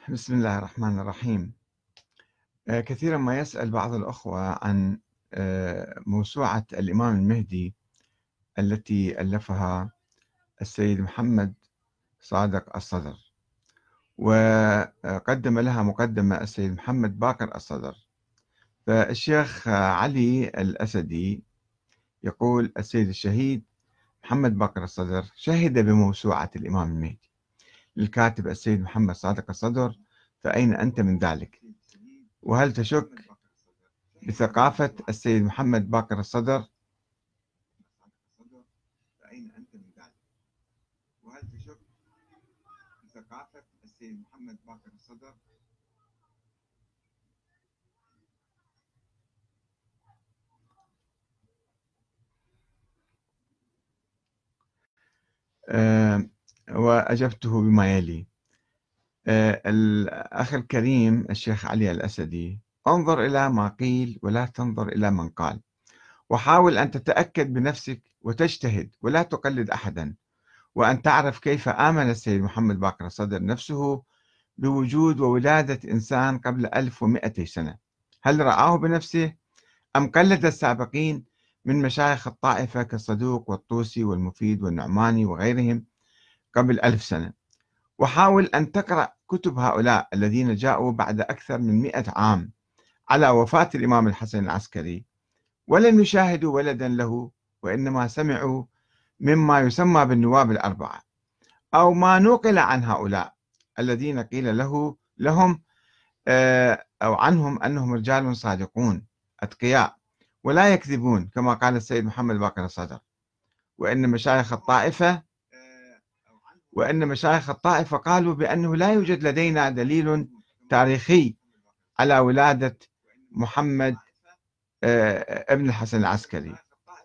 بسم الله الرحمن الرحيم. كثيرا ما يسأل بعض الأخوة عن موسوعة الإمام المهدي التي ألفها السيد محمد صادق الصدر، وقدم لها مقدمة السيد محمد باقر الصدر. فالشيخ علي الأسدي يقول: السيد الشهيد محمد باقر الصدر شهد بموسوعة الإمام المهدي للكاتب السيد محمد صادق الصدر، فأين أنت من ذلك؟ وهل تشك بثقافة السيد محمد باقر الصدر؟ فأين أنت من ذلك؟ وهل تشك بثقافة السيد محمد باقر الصدر؟ وأجبته بما يلي: الأخ الكريم الشيخ علي الأسدي، انظر إلى ما قيل ولا تنظر إلى من قال، وحاول أن تتأكد بنفسك وتجتهد ولا تقلد أحدا، وأن تعرف كيف آمن السيد محمد باقر الصدر نفسه بوجود وولادة إنسان قبل 1200 سنة. هل رآه بنفسه أم قلد السابقين من مشايخ الطائفة كالصدوق والطوسي والمفيد والنعماني وغيرهم قبل 1000 سنة؟ وحاول أن تقرأ كتب هؤلاء الذين جاءوا بعد أكثر من 100 عام على وفاة الإمام الحسن العسكري، ولم يشاهدوا ولدا له، وإنما سمعوا مما يسمى بالنواب الأربعة، أو ما نقل عن هؤلاء الذين قيل لهم أو عنهم أنهم رجال صادقون أتقياء ولا يكذبون كما قال السيد محمد باقر الصدر، وإن مشايخ الطائفة قالوا بأنه لا يوجد لدينا دليل تاريخي على ولادة محمد ابن الحسن العسكري،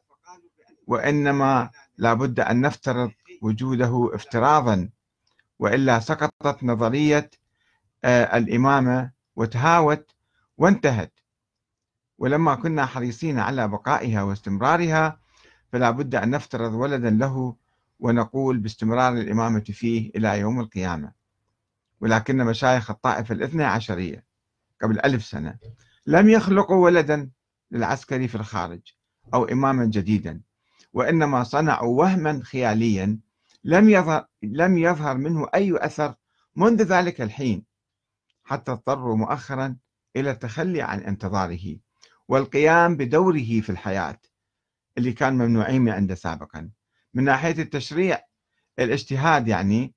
وإنما لابد أن نفترض وجوده افتراضا، وإلا سقطت نظرية الإمامة وتهاوت وانتهت. ولما كنا حريصين على بقائها واستمرارها فلا بد أن نفترض ولدا له ونقول باستمرار الإمامة فيه إلى يوم القيامة. ولكن مشايخ الطائفة الاثنى عشرية قبل 1000 سنة لم يخلقوا ولدا للعسكري في الخارج أو إماما جديدا، وإنما صنعوا وهما خياليا لم يظهر منه أي أثر منذ ذلك الحين، حتى اضطروا مؤخرا إلى التخلي عن انتظاره والقيام بدوره في الحياة اللي كان ممنوعين من عنده سابقا، من ناحية التشريع الاجتهاد يعني،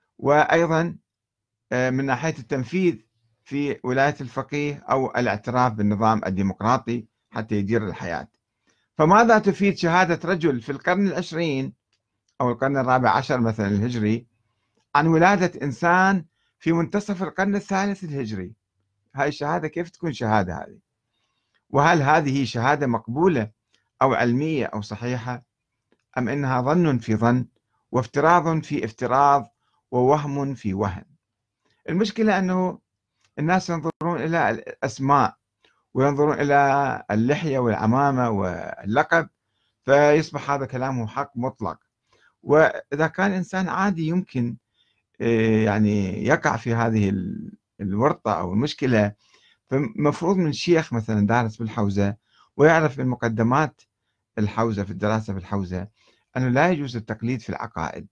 وأيضا من ناحية التنفيذ في ولاية الفقيه أو الاعتراف بالنظام الديمقراطي حتى يدير الحياة. فماذا تفيد شهادة رجل في القرن العشرين أو القرن الرابع عشر مثلا الهجري عن ولادة إنسان في منتصف القرن الثالث الهجري؟ هاي الشهادة كيف تكون شهادة هذه؟ وهل هذه شهادة مقبولة أو علمية أو صحيحة، أم إنها ظن في ظن وافتراض في افتراض ووهم في وهم؟ المشكلة أنه الناس ينظرون إلى الأسماء وينظرون إلى اللحية والعمامة واللقب، فيصبح هذا كلامه حق مطلق. وإذا كان إنسان عادي يمكن يعني يقع في هذه الورطة أو المشكلة، فمفروض من شيخ مثلا دارس بالحوزة ويعرف من مقدمات الحوزة في الدراسة في الحوزة أنه لا يجوز التقليد في العقائد.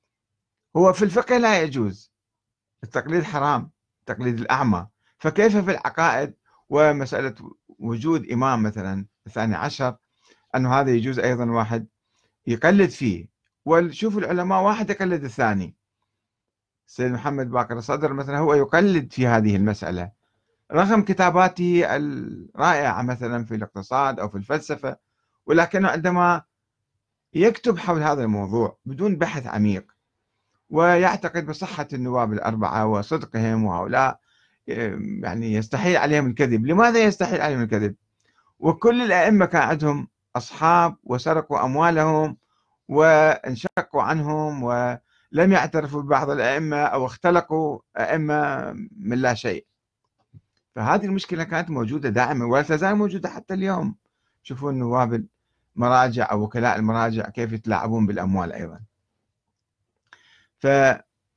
هو في الفقه لا يجوز، التقليد حرام، تقليد الأعمى، فكيف في العقائد ومسألة وجود إمام مثلا الثاني عشر أنه هذا يجوز أيضا واحد يقلد فيه؟ وشوف العلماء واحد يقلد الثاني. السيد محمد باقر الصدر مثلا هو يقلد في هذه المسألة رغم كتاباته الرائعة مثلا في الاقتصاد أو في الفلسفة، ولكنه عندما يكتب حول هذا الموضوع بدون بحث عميق ويعتقد بصحة النواب الأربعة وصدقهم، وهؤلاء يعني يستحيل عليهم الكذب. لماذا يستحيل عليهم الكذب؟ وكل الأئمة كان عندهم أصحاب وسرقوا أموالهم وانشقوا عنهم ولم يعترفوا ببعض الأئمة أو اختلقوا أئمة من لا شيء. فهذه المشكلة كانت موجودة دائما ولا تزال موجودة حتى اليوم. شوفوا النواب المراجع أو وكلاء المراجع كيف يتلاعبون بالأموال أيضا.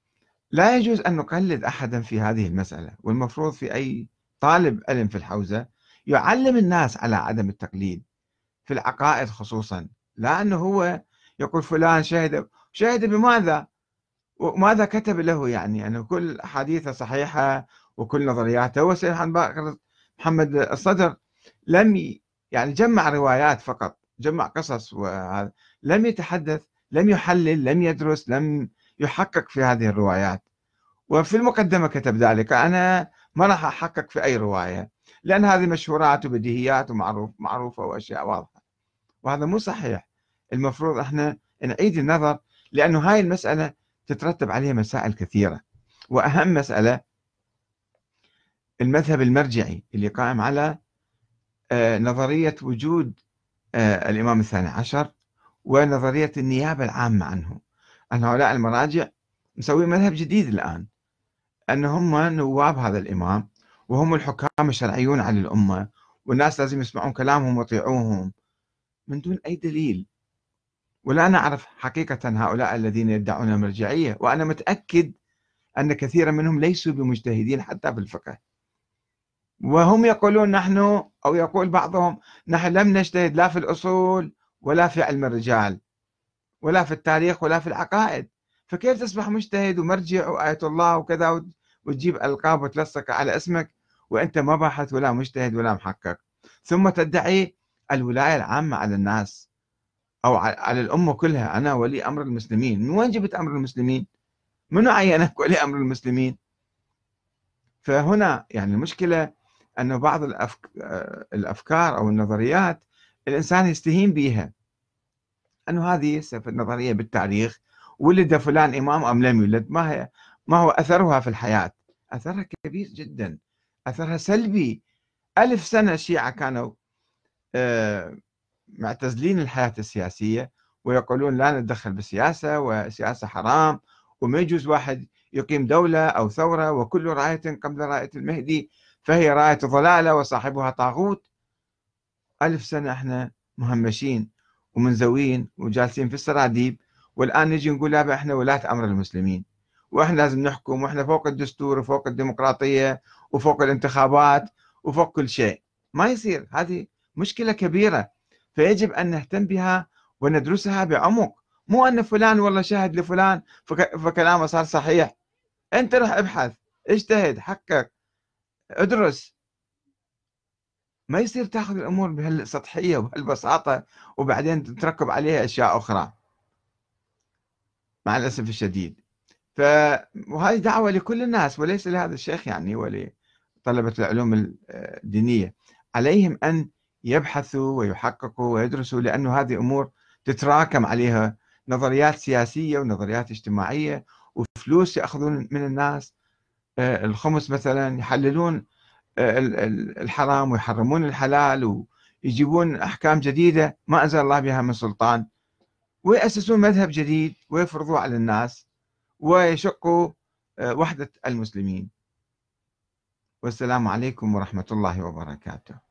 لا يجوز أن نقلد أحدا في هذه المسألة، والمفروض في أي طالب علم في الحوزة يعلم الناس على عدم التقليد في العقائد خصوصا، لا أنه هو يقول فلان شهد بماذا وماذا كتب له، يعني أنه كل حديثه صحيحة وكل نظرياته. هو سيد محمد الصدر لم يعني جمع روايات فقط، جمع قصص، وهذا لم يتحدث، لم يحلل، لم يدرس، لم يحقق في هذه الروايات. وفي المقدمة كتب ذلك: أنا ما راح أحقق في أي رواية لأن هذه مشهورات وبديهيات معروفة وأشياء واضحة، وهذا مو صحيح. المفروض احنا نعيد النظر، لأنه هاي المسألة تترتب عليها مسائل كثيرة، وأهم مسألة المذهب المرجعي اللي قائم على نظرية وجود الإمام الثاني عشر ونظرية النيابة العامة عنه. أن هؤلاء المراجع مسوي مذهب جديد الآن، أن هم نواب هذا الإمام وهم الحكام الشرعيون على الأمة، والناس لازم يسمعون كلامهم ويطيعوهم من دون أي دليل. ولا نعرف حقيقة هؤلاء الذين يدعون المرجعية، وأنا متأكد أن كثيرا منهم ليسوا بمجتهدين حتى في الفقه، وهم يقولون نحن، أو يقول بعضهم نحن لم نجتهد لا في الأصول ولا في علم الرجال ولا في التاريخ ولا في العقائد. فكيف تصبح مجتهد ومرجع وآية الله وكذا وتجيب ألقاب وتلصق على اسمك وأنت ما باحث ولا مجتهد ولا محقق، ثم تدعي الولاية العامة على الناس أو على الأمة كلها؟ أنا ولي أمر المسلمين. من وين جبت أمر المسلمين؟ منو عينك ولي أمر المسلمين؟ فهنا يعني المشكلة أنه بعض الأفكار أو النظريات الإنسان يستهين بها، أنه هذه نظرية بالتاريخ، ولد فلان إمام أم لم يولد، ما هو أثرها في الحياة؟ أثرها كبير جدا، أثرها سلبي. 1000 سنة الشيعة كانوا معتزلين الحياة السياسية ويقولون لا نتدخل بالسياسة والسياسة حرام وما يجوز واحد يقيم دولة أو ثورة، وكل راية قبل راية المهدي فهي راية ضلالة وصاحبها طاغوت. 1000 سنة احنا مهمشين ومنزوين وجالسين في السراديب، والآن نجي نقول لا احنا ولاة أمر المسلمين واحنا لازم نحكم واحنا فوق الدستور وفوق الديمقراطية وفوق الانتخابات وفوق كل شيء. ما يصير، هذه مشكلة كبيرة، فيجب أن نهتم بها وندرسها بعمق. مو أن فلان والله شاهد لفلان فكلامه صار صحيح. أنت روح ابحث، اجتهد، حقق، ادرس. ما يصير تاخذ الأمور بهالسطحية وبهالبساطة وبعدين تركب عليها أشياء أخرى مع الأسف الشديد. وهذه دعوة لكل الناس وليس لهذا الشيخ يعني ولطلبة العلوم الدينية. عليهم أن يبحثوا ويحققوا ويدرسوا، لأنه هذه أمور تتراكم عليها نظريات سياسية ونظريات اجتماعية وفلوس يأخذون من الناس، الخمس مثلا، يحللون الحرام ويحرمون الحلال ويجيبون أحكام جديدة ما أنزل الله بها من سلطان، ويأسسون مذهب جديد ويفرضوه على الناس ويشقوا وحدة المسلمين. والسلام عليكم ورحمة الله وبركاته.